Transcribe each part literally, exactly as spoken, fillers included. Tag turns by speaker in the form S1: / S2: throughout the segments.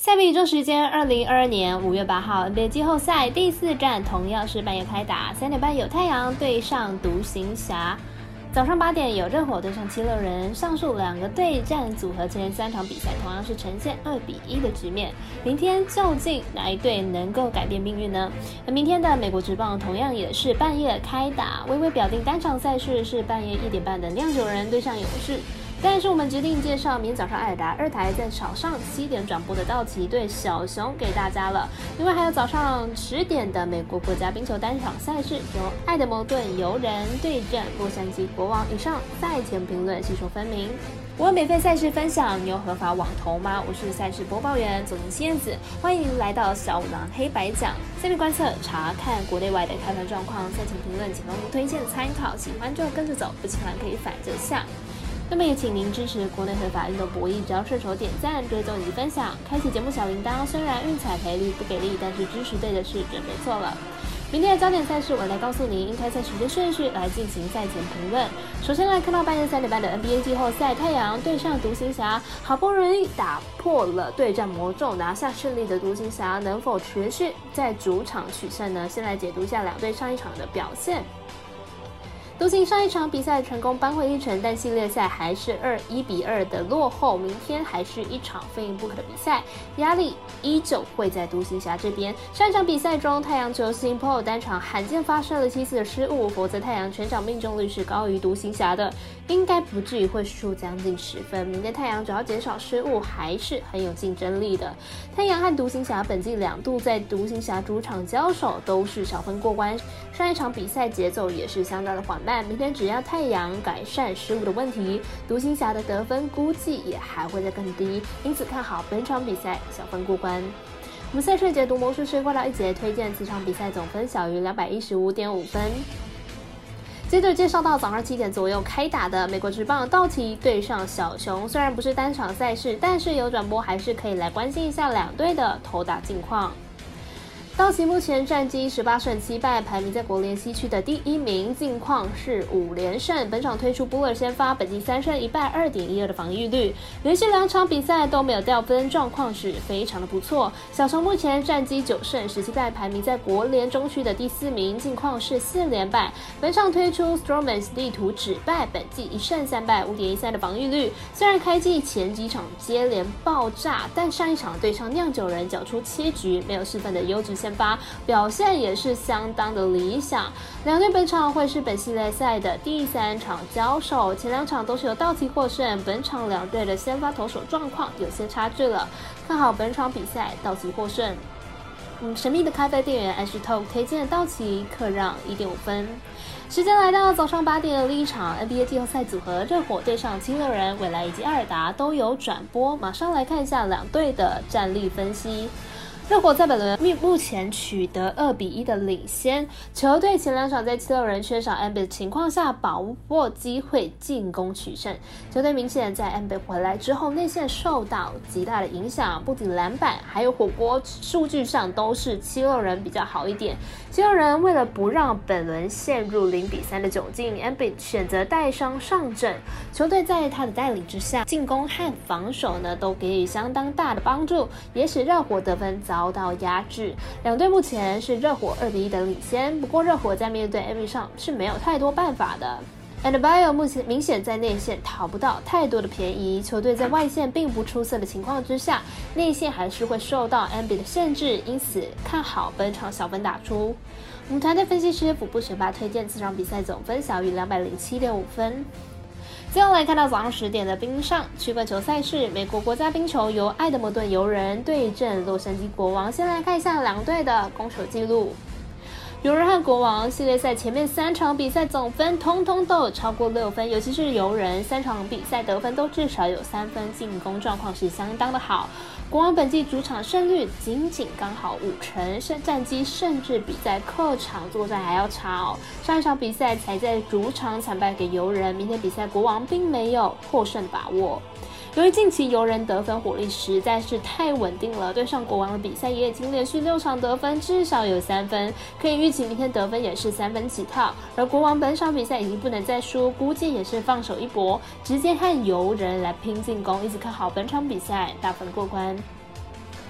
S1: 在北洲时间二零二二年五月八号 N B A 季后赛第四战同样是半夜开打，三点半有太阳对上独行侠，早上八点有热火对上七六人。上述两个对战组合前三场比赛同样是呈现二比一的局面。明天究竟哪一队能够改变命运呢？而明天的美国职棒同样也是半夜开打，微微表定单场赛事是半夜一点半的酿酒人对上勇士。但是我们决定介绍明天早上艾尔达二台在早上七点转播的道奇对小熊给大家了。另外还有早上十点的美国国家冰球单场赛事，由爱德蒙顿游人对阵洛杉矶国王。以上赛前评论细说分明。我有免费赛事分享，你有合法网投吗？我是赛事播报员总经燕子，欢迎您来到小五郎黑白讲。下面观测查看国内外的开盘状况，赛前评论仅供您推荐参考，喜欢就跟着走，不喜欢可以反着下。那么也请您支持国内合法运动博弈，只要顺手点赞、追踪以及分享，开启节目小铃铛。虽然运彩赔率不给力，但是支持对的是准没错了。明天的焦点赛事，我来告诉您应开赛时间顺序来进行赛前评论。首先来看到半夜三点半的 N B A 季后赛，太阳对上独行侠，好不容易打破了对战魔咒，拿下胜利的独行侠能否持续在主场取胜呢？先来解读一下两队上一场的表现。独行上一场比赛成功扳回一城，但系列赛还是一比二的落后。明天还是一场非赢不可的比赛，压力依旧会在独行侠这边。上一场比赛中，太阳球星 Paul 单场罕见发生了七次的失误，否则太阳全场命中率是高于独行侠的，应该不至于会输将近十分。明天太阳只要减少失误，还是很有竞争力的。太阳和独行侠本季两度在独行侠主场交手，都是小分过关。上一场比赛节奏也是相当的缓慢。明天只要太阳改善失误的问题，独行侠的得分估计也还会再更低，因此看好本场比赛小分过关。我们赛事解读魔术师挂到一节推荐此场比赛总分小于 两百一十五点五分。接着介绍到早上七点左右开打的美国职棒道奇对上小熊，虽然不是单场赛事，但是有转播还是可以来关心一下两队的投打近况。道奇目前战绩十八胜七败，排名在国联西区的第一名，近况是五连胜。本场推出布勒先发，本季三胜一败 二点一二 的防御率，连续两场比赛都没有掉分，状况是非常的不错。小熊目前战绩九胜十七败，排名在国联中区的第四名，近况是四连败。本场推出 Strowman 地图只败，本季一胜三败 五点一三 的防御率。虽然开季前几场接连爆炸，但上一场对上酿酒人缴出七局没有失分的优质先发，表现也是相当的理想。两队本场会是本系列赛的第三场交手，前两场都是由道奇获胜，本场两队的先发投手状况有些差距了，看好本场比赛道奇获胜。嗯，神秘的咖啡店员 Ash Talk 推荐道奇客让 一点五分。时间来到早上八点的另一场 N B A 季后赛组合，热火对上七六人，未来以及艾尔达都有转播，马上来看一下两队的战力分析。热火在本轮目前取得二比一的领先，球队前两场在七六人缺少 Embiid 的情况下把握机会进攻取胜。球队明显在 Embiid 回来之后内线受到极大的影响，不仅篮板还有火锅数据上都是七六人比较好一点。七六人为了不让本轮陷入零比三的窘境， Embiid 选择带伤上阵，球队在他的带领之下，进攻和防守呢都给予相当大的帮助，也使热火得分早遭到压制。两队目前是热火二比一的领先，不过热火在面对 Embiid 上是没有太多办法的。Adebayo 目前明显在内线讨不到太多的便宜，球队在外线并不出色的情况之下，内线还是会受到 Embiid 的限制，因此看好本场小分打出。我们团队分析师辅部学霸推荐此场比赛总分小于 两百零七点五分。最后来看到早上十点的冰上曲棍球赛事，美国国家冰球由爱德蒙顿游人对阵洛杉矶国王。先来看一下两队的攻守记录。游人和国王系列赛前面三场比赛总分通通都有超过六分，尤其是游人三场比赛得分都至少有三分，进攻状况是相当的好。国王本季主场胜率仅仅刚好五成，战绩甚至比在客场作战还要差哦。上一场比赛才在主场惨败给游人，明天比赛国王并没有获胜的把握。由于近期游人得分火力实在是太稳定了，对上国王的比赛也已经连续六场得分至少有三分，可以预期明天得分也是三分起跳。而国王本场比赛已经不能再输，估计也是放手一搏，直接和游人来拼进攻，一直看好本场比赛大分过关。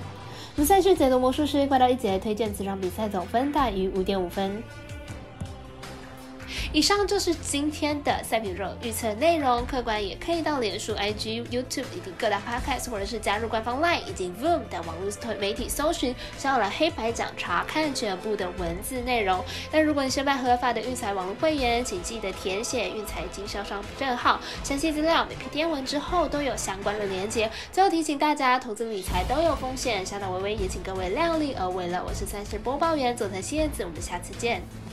S1: 我们赛事解读魔术师快到一节，推荐此场比赛总分大于 五点五 分。以上就是今天的赛品肉预测内容，客观也可以到脸书、I G、YouTube 以及各大 Podcast， 或者是加入官方 LINE 以及 Voom 等网络媒体搜寻小老黑白讲，查看全部的文字内容。但如果你是办合法的运彩网络会员，请记得填写运彩经销商证号，详细资料每篇贴文之后都有相关的连结。最后提醒大家，投资理财都有风险，小岛微微也请各位量力而为了。我是赛事播报员佐藤希叶子，我们下次见。